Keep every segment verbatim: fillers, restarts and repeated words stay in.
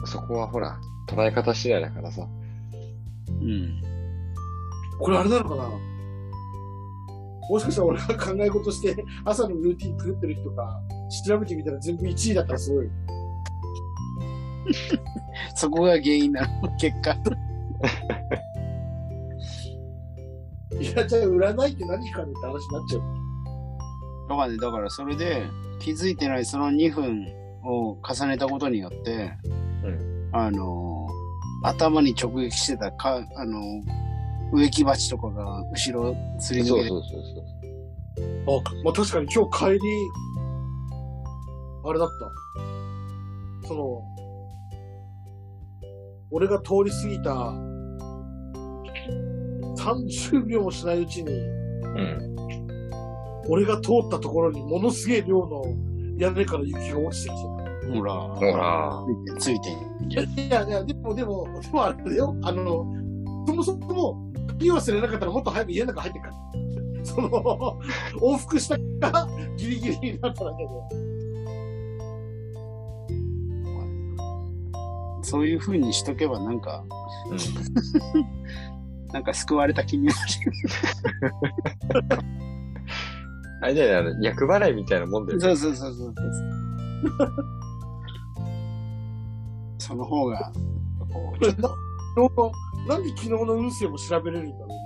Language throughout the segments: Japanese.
そこはほら、捉え方次第だからさ。 うん。 これあれなのかな、もしかしたら俺が考え事して朝のルーティン狂ってる人が調べてみたら全部いちいだったらすごい。 そこが原因なの、結果。 いや、じゃあ占いって何かねって話になっちゃう。 だからね、だからそれで気づいてないそのにふんを重ねたことによって、 うん、あの頭に直撃してたか、あの植木鉢とかが後ろすり抜けて、 そうそうそうそう。あ、まあ確かに今日帰りあれだった。その俺が通り過ぎたさんじゅうびょうもしないうちに、 うん、 俺が通ったところにものすげえ量の屋根から雪が落ちてきてほら、 ほら、 ついてんじゃん。 いやいや、でも、でも、でもあれだよ。あの、そもそも、言い忘れなかったらもっと早く家の中入ってっから。その、往復したがギリギリになっただけで。 そういう風にしとけばなんか、 うん、 なんか救われた気になる。 あれだよね、厄払いみたいなもんだよね。 そうそうそうそう。その方が、こうちょっとななんで昨日の運勢も調べれるんだろうね。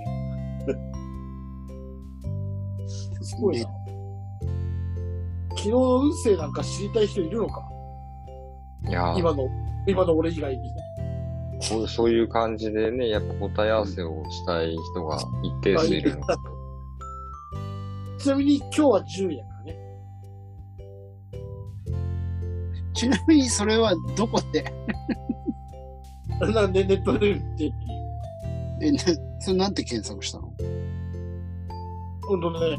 すごいな。昨日の運勢なんか知りたい人いるのか、 いや今の、今の俺以外に。 そう、そういう感じでね、やっぱ答え合わせをしたい人が一定数いるの。 ちなみに今日はじゅういだからね。 ちなみにそれはどこでなんでネットで売ってっていう。 え、な、それなんて検索したの？ ほんとね、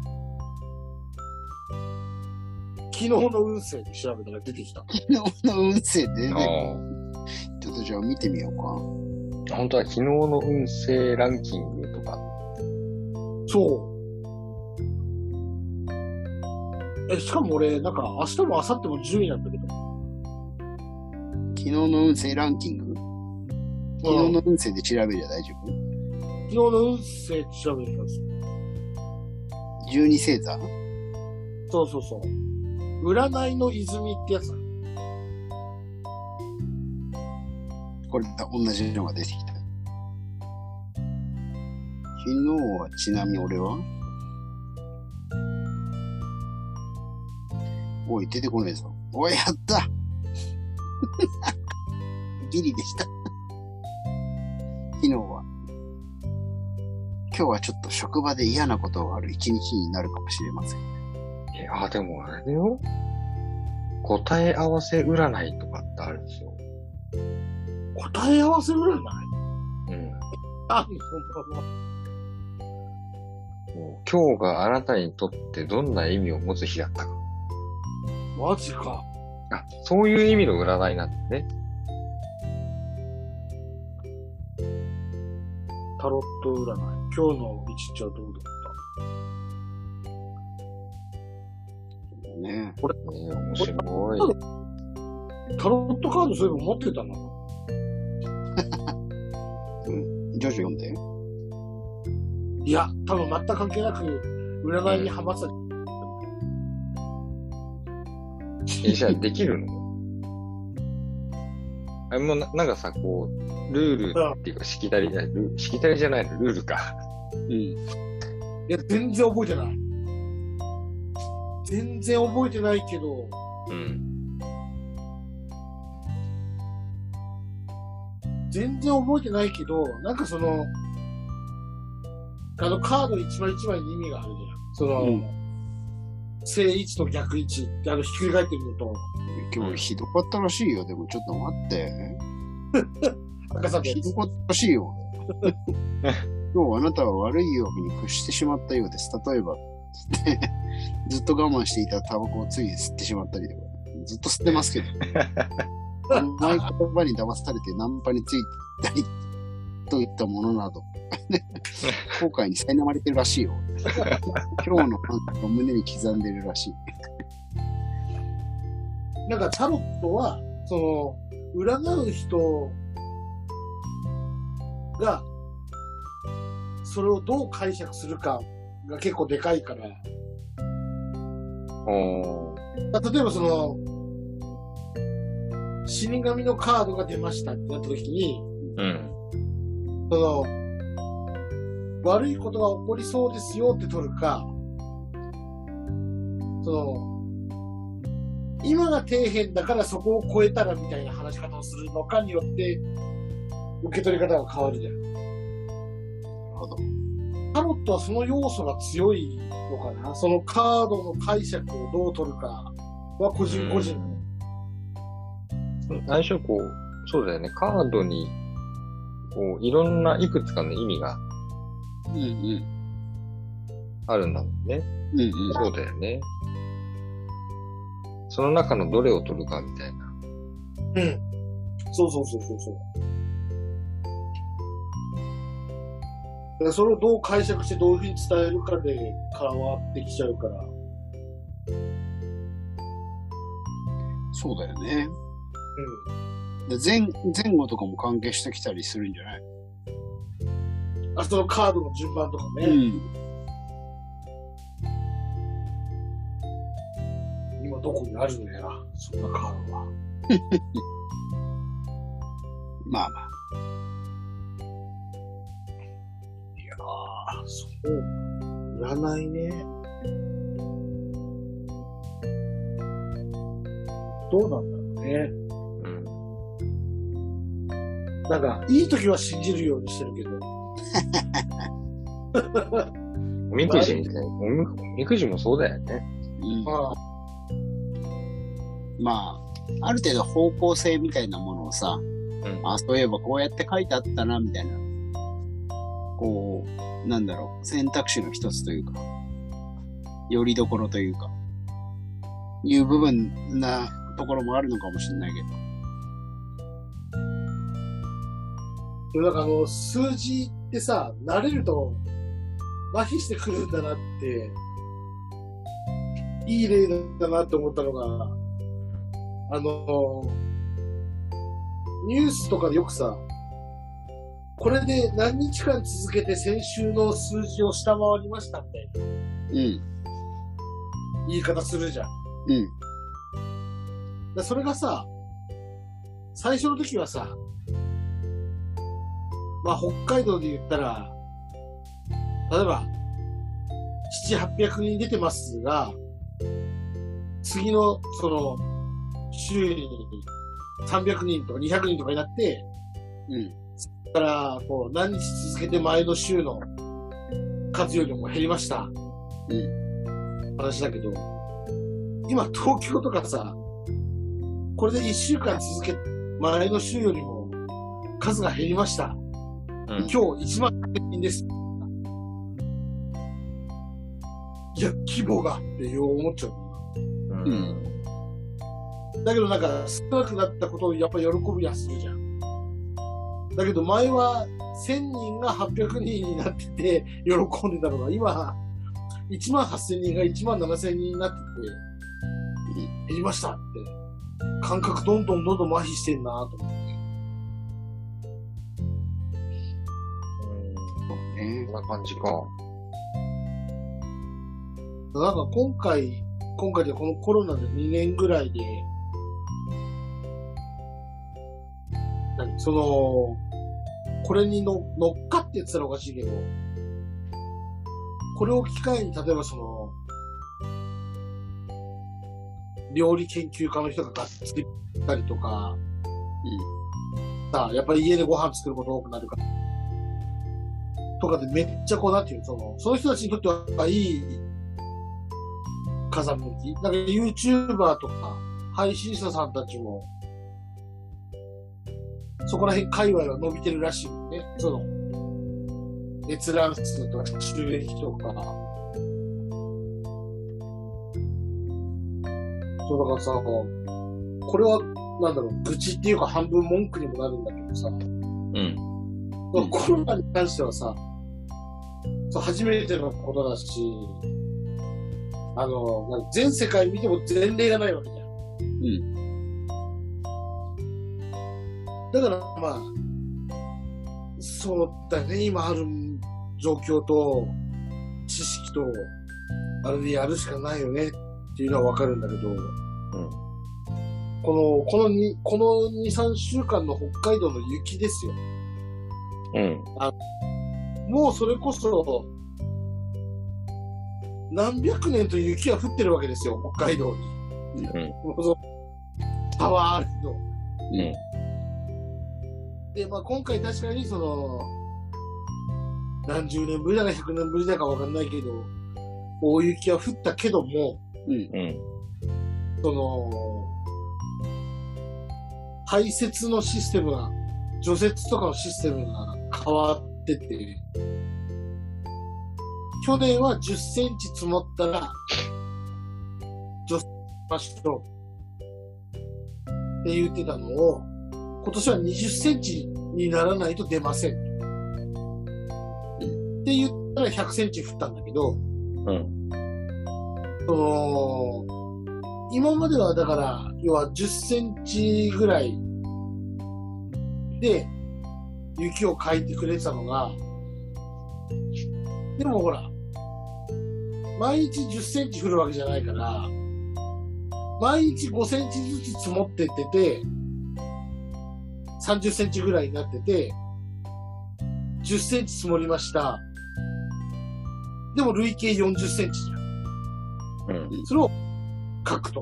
昨日の運勢で調べたら出てきた。 昨日の運勢で、 あね、ちょっとじゃあ見てみようか。 本当は昨日の運勢ランキングとか。 そう。え、しかも俺、なんか明日も明後日もじゅういなんだけど。 昨日の運勢ランキング？昨日の運勢で調べりゃ大丈夫？ 昨日の運勢調べてたんですよ。 十二星座？ そうそうそう。占いの泉ってやつだ。 これだ、同じのが出てきた。昨日はちなみに俺はおい、出てこないぞ。おい、やったギリでした。昨日は。今日はちょっと職場で嫌なことがある一日になるかもしれません。 え、あ、でもあれだよ。答え合わせ占いとかってあるんですよ。 答え合わせ占い？ うん。 あ、そんなの。 もう今日があなたにとってどんな意味を持つ日だったか。 マジか。 あ、そういう意味の占いなんだね。 タロット占い。今日の一日はどうだっねた？これ、 ね、面白い。 タロットカードそういえば持ってたな。 うん。ジョジョ読んで。 いや、多分全く関係なく、占いにハマってた。 え、じゃあできるの？あれもな、なんかさ、こう、ルールっていうか、しきたり、ルーしきたりじゃないの、ルールか。 うん。 いや、全然覚えてない。全然覚えてないけど、 うん。 全然覚えてないけど、なんかその、あのカード一枚一枚に意味があるじゃん。その、うん、正位置と逆位置ってあのひっくり返ってるのと。 今日ひどかったらしいよ。でもちょっと待って。 赤さんひどかったらしいよ。今日あなたは悪い曜日に屈してしまったようです。例えば、ずっと我慢していたタバコをつい吸ってしまったりとか、ずっと吸ってますけど。甘い言葉に騙されてナンパについたりといったものなど、後悔に苛まれてるらしいよ。今日の感覚を胸に刻んでるらしい。 なんかタロットは、その、 占う人が、それをどう解釈するかが結構でかいから。 おー。 例えばその、死神のカードが出ましたってなった時に、 うん。 その、悪いことが起こりそうですよって取るか、その、今が底辺だからそこを超えたらみたいな話し方をするのかによって、受け取り方が変わるじゃん。 なるほど。 タロットはその要素が強いのかな。そのカードの解釈をどう取るかは個人個人。 最初こう、そうだよね。カードに、こう、いろんないくつかの意味がうんうん。 あるんだもんね。 うんうん。 そうだよね。その中のどれを取るかみたいな。 うん。そうそうそうそうそう。だからそれをどう解釈してどういうふうに伝えるかで変わってきちゃうから。 そうだよね。 うん。 で前、前後とかも関係してきたりするんじゃない？ あ、そのカードの順番とかね。 ん。 今どこにあるのやら、そんなカードは。 まあまあ。 いやー、そう。占いね。どうなんだろうね。 うん。 なんか、いい時は信じるようにしてるけど。 おみくじみたいな。おみ、おみくじもそうだよね。 うん、 まあ、 まあ、ある程度方向性みたいなものをさ、 うん。 あ、そういえばこうやって書いてあったな、みたいな。こう、なんだろう、選択肢の一つというか、よりどころというか、いう部分なところもあるのかもしれないけど。 でもなんかあの、数字ってさ、慣れると、麻痺してくるんだなって、いい例だなって思ったのが、あの、ニュースとかでよくさ、これで何日間続けて先週の数字を下回りましたみたいなうん。 言い方するじゃん。 うん。 でそれがさ、最初の時はさ、まあ北海道で言ったら、例えば、ななひゃく、はっぴゃくにん出てますが、次の、その、週にさんびゃくにんとかにひゃくにんとかになって、 うん。 だから、こう、何日続けて前の週の数よりも減りました。 うん。 話だけど、今東京とかさ、これでいっしゅうかん続け、前の週よりも数が減りました。 うん。 今日いちまんにんです。いや、規模がっていう思っちゃう。 うん。 だけどなんか少なくなったことをやっぱり喜びはするじゃん。だけど前はせんにんがはっぴゃくにんになってて喜んでたのが今いちまんはっせんにんがいちまんななせんにんになってて減りましたって感覚どんどんどんどん麻痺してんなと思って。 うん。 ねこんな感じか。 なんか今回、今回でこのコロナでにねんぐらいで、何その、これにの乗っかって言ってたらおかしいけど、これを機会に例えばその、料理研究家の人ががっつりったりとか、さあ、やっぱり家でご飯作ること多くなるから、とかでめっちゃこうなんていうの、その、その人たちにとってはいい風向き。なんか YouTuber とか配信者さんたちも、そこら辺界隈は伸びてるらしいよね。その、閲覧数とか収益とか。そうだからさ、これは、なんだろう、愚痴っていうか半分文句にもなるんだけどさ、 うん。 コロナに関してはさ、そう初めてのことだし、あの、全世界見ても前例がないわけじゃん。 うん。 だからまあ、そうだね、今ある状況と、知識と、あれでやるしかないよねっていうのはわかるんだけど、うん、この、このに、このに、さんしゅうかんの北海道の雪ですよ。 うん。 あ、もうそれこそ、何百年と雪が降ってるわけですよ、北海道に。うん。パワーあるの。 うん。 で、まあ今回確かにその、何十年ぶりだかひゃくねんぶりだかわかんないけど、大雪は降ったけども、 うん。 その、排雪のシステムが、除雪とかのシステムが変わってて、去年はじゅっセンチ積もったら、除雪しましょうって言ってたのを、今年はにじゅっセンチにならないと出ません。って言ったらひゃくセンチ降ったんだけど、 うん。 その、今まではだから、要はじゅっセンチぐらいで雪をかいてくれてたのが、でもほら、毎日じゅっセンチ降るわけじゃないから、毎日ごセンチずつ積もってってて、さんじゅっセンチぐらいになってて、じゅっセンチ積もりました。でも累計よんじゅっセンチじゃん。 うん。 それを書くと。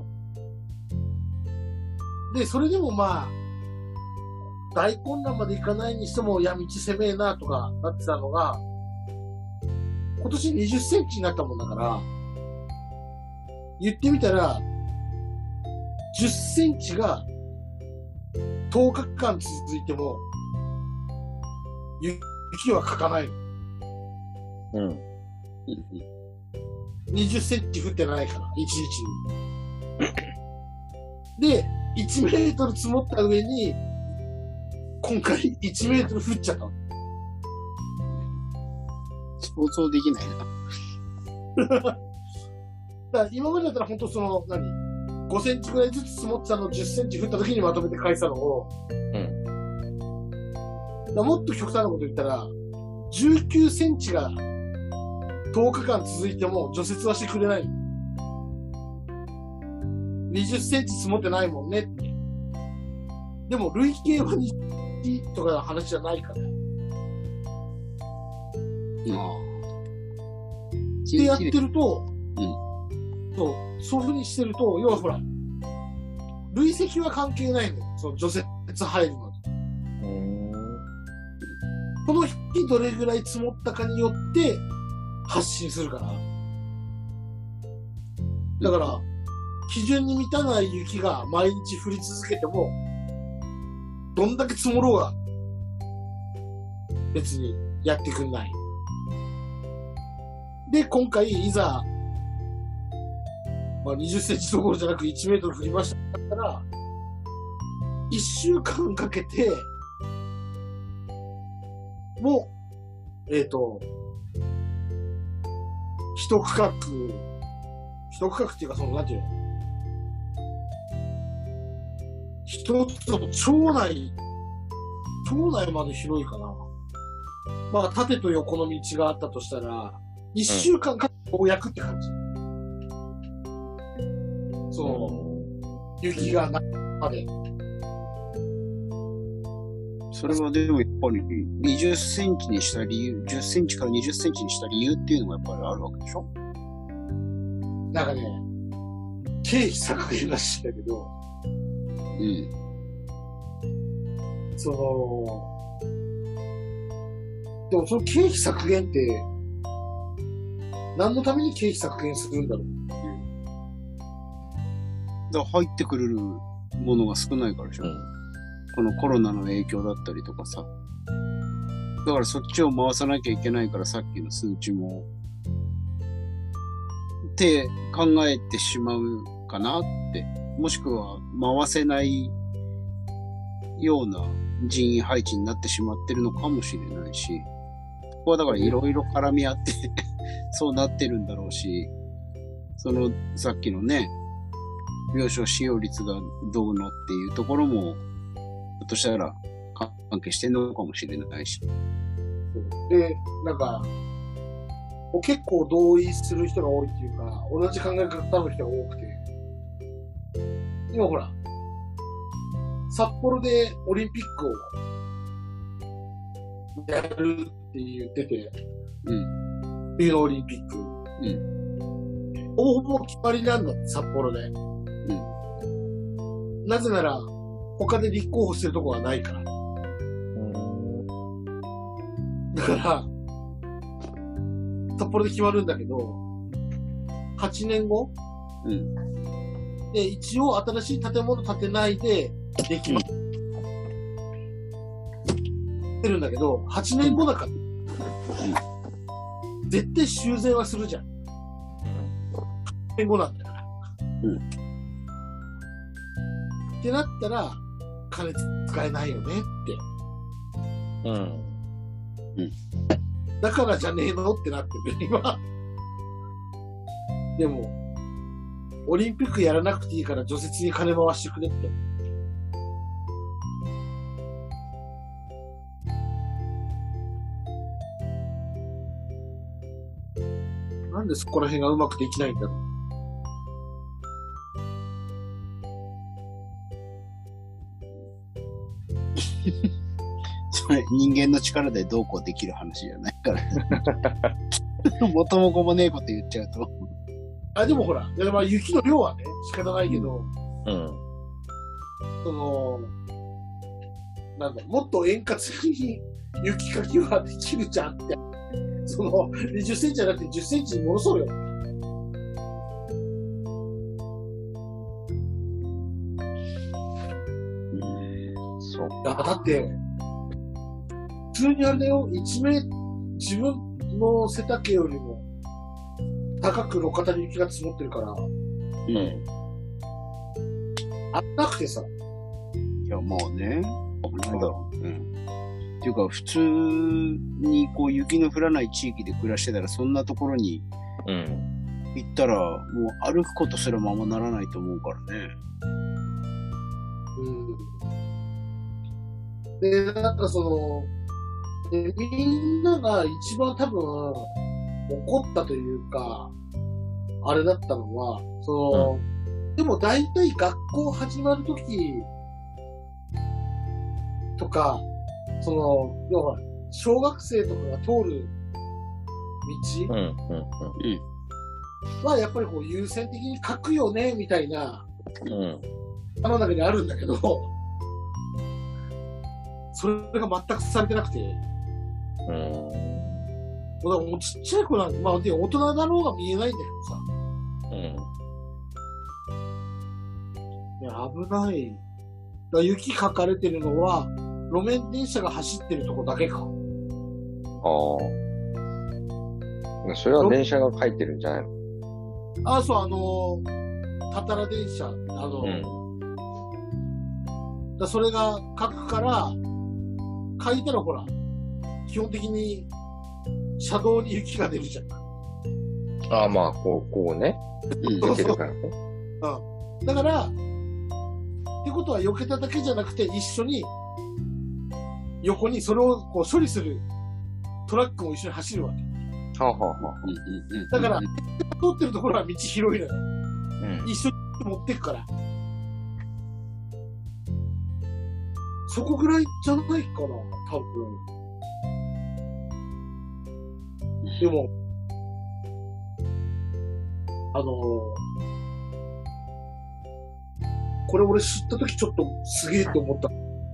で、それでもまあ、大混乱までいかないにしても、いや、道攻めえなとかなってたのが、今年にじゅっセンチになったもんだから、言ってみたら、じゅっセンチがとおかかん続いても、雪はかかない。 うん。 にじゅっセンチ降ってないから、いちにちに。で、いちメートル積もった上に、今回いちメートル降っちゃった。 想像できないな。 だから今までだったら本当その、何 ?ご センチくらいずつ積もってたのをじゅっセンチ降った時にまとめて返したのを、 うん。 だもっと極端なこと言ったら、じゅうきゅうセンチがとおかかん続いても除雪はしてくれない。にじゅっセンチ積もってないもんねって。でも累計はにとかの話じゃないから。 うん。 でやってると、 うん、 そう、そういう風にしてると、要はほら、累積は関係ないのよ。その除雪入るのに。この日どれぐらい積もったかによって発信するから。だから、基準に満たない雪が毎日降り続けても、どんだけ積もろうが、別にやってくんない。で、今回、いざ、まあ、にじゅっセンチどころじゃなくいちメートル降りましたから、いっしゅうかんかけて、もう、えっと、一区画、一区画っていうか、その、なんていうの、一つの町内、町内まで広いかな。まあ、縦と横の道があったとしたら、一週間かけてこう焼くって感じ。うん、そう、雪がなまで。 それはでもやっぱりにじゅっセンチにした理由、じゅっセンチからにじゅっセンチにした理由っていうのがやっぱりあるわけでしょ？ なんかね、経費削減らしいんだけど、 うん。 その、でもその経費削減って、何のために経費削減するんだろうっていう。 だから入ってくるものが少ないからでしょ、うん、このコロナの影響だったりとかさ。だからそっちを回さなきゃいけないからさっきの数値も。って考えてしまうかなって。もしくは回せないような人員配置になってしまってるのかもしれないし。ここはだからいろいろ絡み合ってそうなってるんだろうし、そのさっきのね、病床使用率がどうのっていうところも、ひょっとしたら関係してんのかもしれないし。 そうで、なんか、結構同意する人が多いっていうか、同じ考え方の人が多くて、今ほら、札幌でオリンピックをやるって言ってて、 うん。 冬のオリンピック。 うん。 ほぼほぼ決まりなんだって、札幌で。 うん。 なぜなら、他で立候補してるとこがないから。だから、札幌で決まるんだけど、はちねんご、 うん、 で、一応新しい建物建てないでできます。てるんだけど、はちねんごだから、うん、絶対修繕はするじゃん。はちねんごなんだから。 うん、 ってなったら、金使えないよねって。 うん。 うん。 だからじゃねえのってなってる、今。でも、オリンピックやらなくていいから除雪に金回してくれって。なんでそこら辺がうまくできないんだろう。 それ人間の力でどうこうできる話じゃないから元も子もねえこと言っちゃうとあ、でもほら、まあ雪の量はね、仕方ないけど、 うん。 その、なんだ、もっと円滑に雪かきはできるじゃんって。その、じゅっセンチじゃなくてじゅっセンチに戻そうよ。 そう。 だだって、普通にあれだよ、一名、自分の背丈よりも高く路肩に雪が積もってるから、うん。あったくてさ。 いや、まあね。なんだろう。うん。っていうか、普通にこう雪の降らない地域で暮らしてたら、そんなところに行ったら、もう歩くことすらままならないと思うからね。 うん。で、なんかその、でみんなが一番多分怒ったというか、あれだったのは、その、うん、でも大体学校始まるときとか、その、要は、小学生とかが通る道はやっぱりこう優先的に書くよね、みたいな、うん、あの中にあるんだけど、それが全くされてなくて、うん、もうだからもうちっちゃい子なんで、まあ、で大人だろうが見えないんだけどさ。うん。いや、危ない。だから雪かかれてるのは、路面電車が走ってるとこだけか。ああ。それは電車が書いてるんじゃないの？ ああ、そう、あの、たたら電車、あの、うん、だそれが書くから、書いたらほら、基本的に車道に雪が出るじゃん。 ああ、まあ、こう、こうね。出てるからね。 うん。だから、ってことは避けただけじゃなくて、一緒に、横にそれをこう処理するトラックも一緒に走るわけ。 はあ、はあはあ、 だから、通ってるところは道広いのよ。うん、一緒に持ってくから。そこぐらいじゃないかな、多分。でも、あのー、これ俺知ったときちょっとすげえと思った。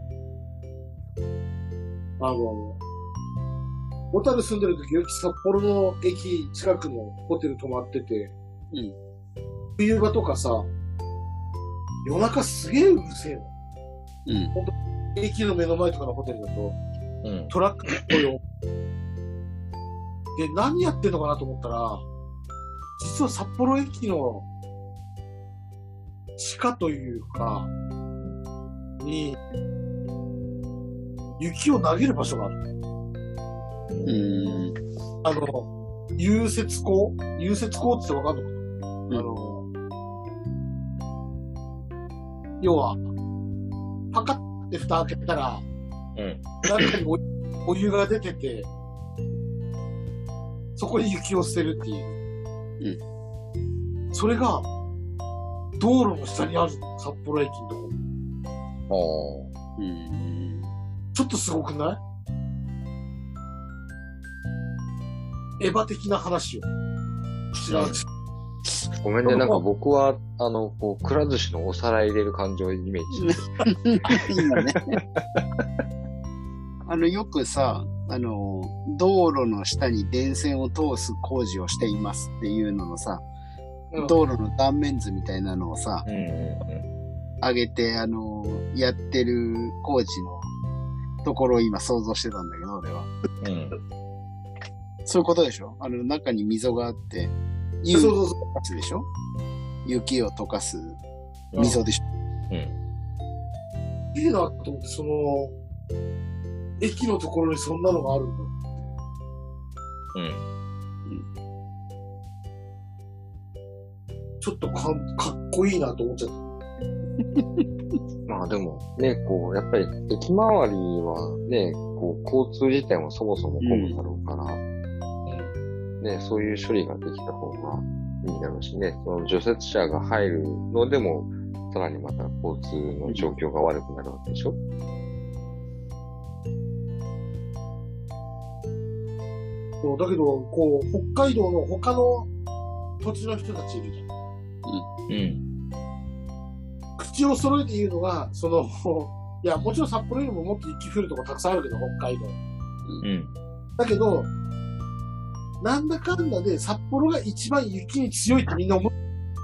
あの、小樽住んでるときよく札幌の駅近くのホテル泊まってて、うん、冬場とかさ、夜中すげえうるせえの。うん、本当駅の目の前とかのホテルだと、うん、トラックの声を。で、何やってんのかなと思ったら、実は札幌駅の地下というか、に、雪を投げる場所がある。うん。あの、融雪溝融雪溝ってわかんのかな、うん、あの、要は、パカって蓋開けたら、 うん。 中にお, お湯が出てて、そこに雪を捨てるっていう。うん。それが、道路の下にあるの、札幌駅のところ。 ああ。 うん。 ちょっとすごくない？エヴァ的な話を。知らん。 ごめんね、なんか僕は、あの、こう、くら寿司のお皿入れる感じをイメージしてる。 今ね。あの、よくさ、あの、道路の下に電線を通す工事をしていますっていうののさ、うん、道路の断面図みたいなのをさ、 うんうんうん、 上げて、あの、やってる工事のところを今想像してたんだけど、俺は。うん、そういうことでしょ？あの、中に溝があって、雪を溶かすでしょ？雪を溶かす溝でしょ？ うん。 いいなと思って、その、駅のところにそんなのがあるんだ。 うん。うん、 ちょっとか、かっこいいなと思っちゃった。 まあでもね、こう、やっぱり駅周りはね、こう、交通自体もそもそも混むだろうから、うんね、そういう処理ができた方がいいんだろうしね、その除雪車が入るのでも、さらにまた交通の状況が悪くなるわけでしょ？ そう、だけど、こう、北海道の他の土地の人たちいるじゃん。 うん。うん。 口を揃えて言うのが、その、いや、もちろん札幌よりももっと雪降るとこたくさんあるけど、北海道。 うん。 だけど、なんだかんだで札幌が一番雪に強いってみんな思う。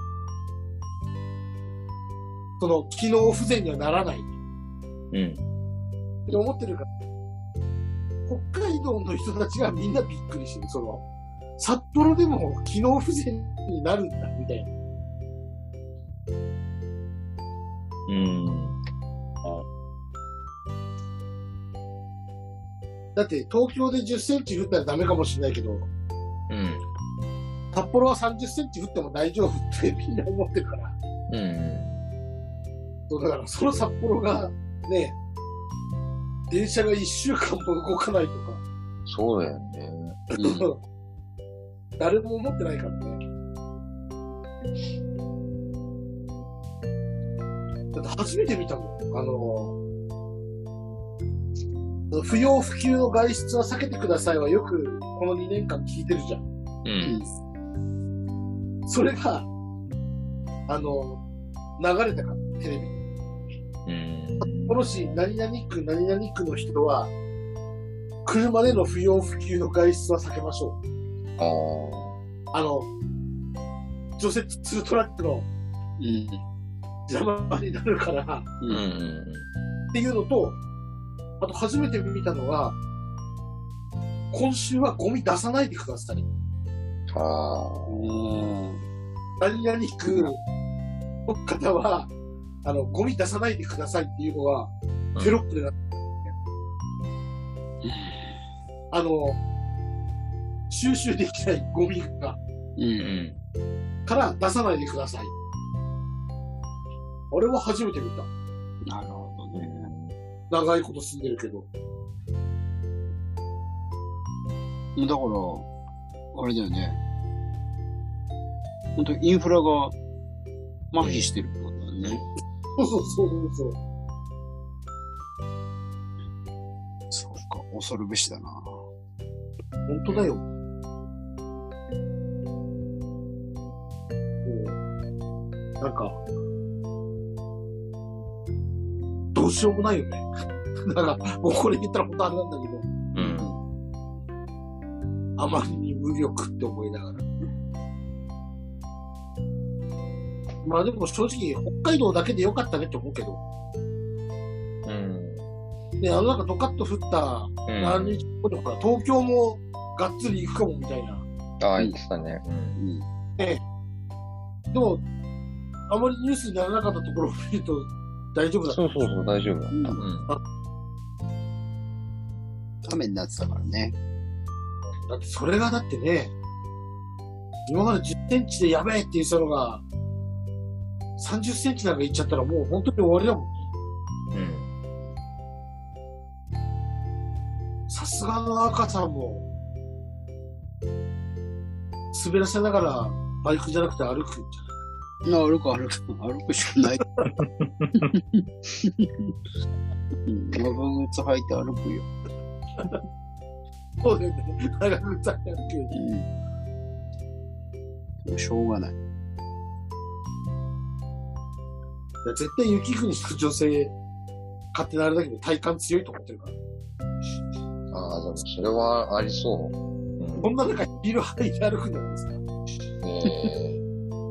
その、機能不全にはならない。 うん。 って思ってるから、北海道の人たちがみんなびっくりしてる。その、札幌でも機能不全になるんだ、みたいな。 うん。 だって、東京でじゅっセンチ降ったらダメかもしれないけど、 うん。 札幌はさんじゅっセンチ降っても大丈夫ってみんな思ってるから。 うん。 そうだから、その札幌が、ね、電車がいっしゅうかんも動かないとか。 そうだよね。 うん、誰も思ってないからね。だって初めて見たもん。あの、不要不急の外出は避けてくださいはよくこのにねんかん聞いてるじゃん。 うん。 それが、あの、流れたから、テレビに。 うん。 この市、何々区、何々区の人は、車での不要不急の外出は避けましょう。 ああ。 あの、除雪するトラックの邪魔になるから、 うんうんうん、 っていうのと、あと初めて見たのは、今週はゴミ出さないでください。 ああ。 何々区の方は、あの、ゴミ出さないでくださいっていうのは、テロップでなってた、うん、あの、収集できないゴミが、 うんうん、 から出さないでください。あれは初めて見た。 なるほどね。 長いこと住んでるけど。 だから、あれだよね。本当にインフラが麻痺してるってことだね。 そうそうそうそう。 そうか、恐るべしだな。 本当だよ。なんか、どうしようもないよね。なんか、もうこれ言ったら本当あれなんだけど、うん、あまりに無力って思いながら。まあでも正直、北海道だけでよかったねって思うけど。 うん。 で、あのなんかドカッと降った何日後で、ほら、東京もがっつり行くかもみたいな。 ああ、言ってたね。うん。 ええ。でも、あまりニュースにならなかったところを見ると大丈夫だった。 そうそうそう、大丈夫だった。うん。 雨になってたからね。 だってそれがだってね、今までじゅっセンチでやべえって言ってたのが、さんじゅっセンチなんかいっちゃったらもう本当に終わりだもんね。 すがの赤ちゃんも、滑らせながらバイクじゃなくて歩くんじゃない？ 歩く歩く、歩くしかない。うん、長靴履いて歩くよ。 そうだよね。長靴履いて歩くよ。 うん。もうしょうがない。いや絶対雪国の女性、勝手なあれだけど体感強いと思ってるから。 ああ、でもそれはありそう。うん、 こんな中ヒール履いて歩くんじゃないですか。 えー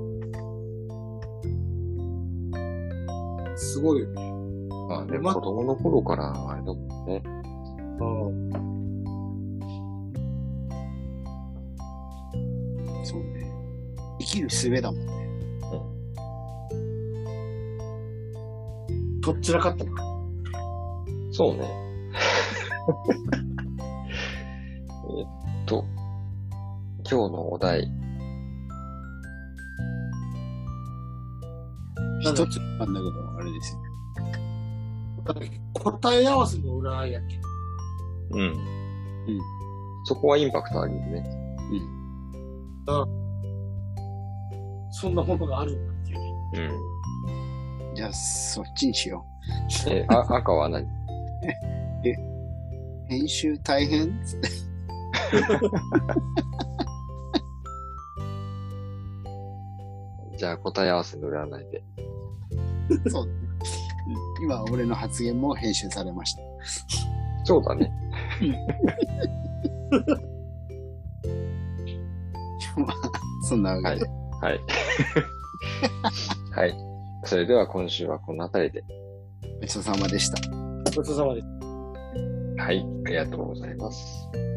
すごいよね。 まあね、 ま子供の頃からあれだもんね。 そうね。生きる術だもんね。 とっちらかったな。 そうね。えっと、今日のお題。 一つなんだけど、あれですよ。 答え合わせの占いやっけ。 うん。うん。そこはインパクトあるよね。 うん。そんなものがあるんだっていうね。 うん。 じゃあ、そっちにしよう。え、あ、赤は何？ え、編集大変つって。 じゃあ答え合わせの占いで。 そうね。今、俺の発言も編集されました。 そうだね。 まあ、そんなわけで。 はい。はい。はい。それでは今週はこのあたりで。 ごちそうさまでした。 ごちそうさまです。 はい。ありがとうございます。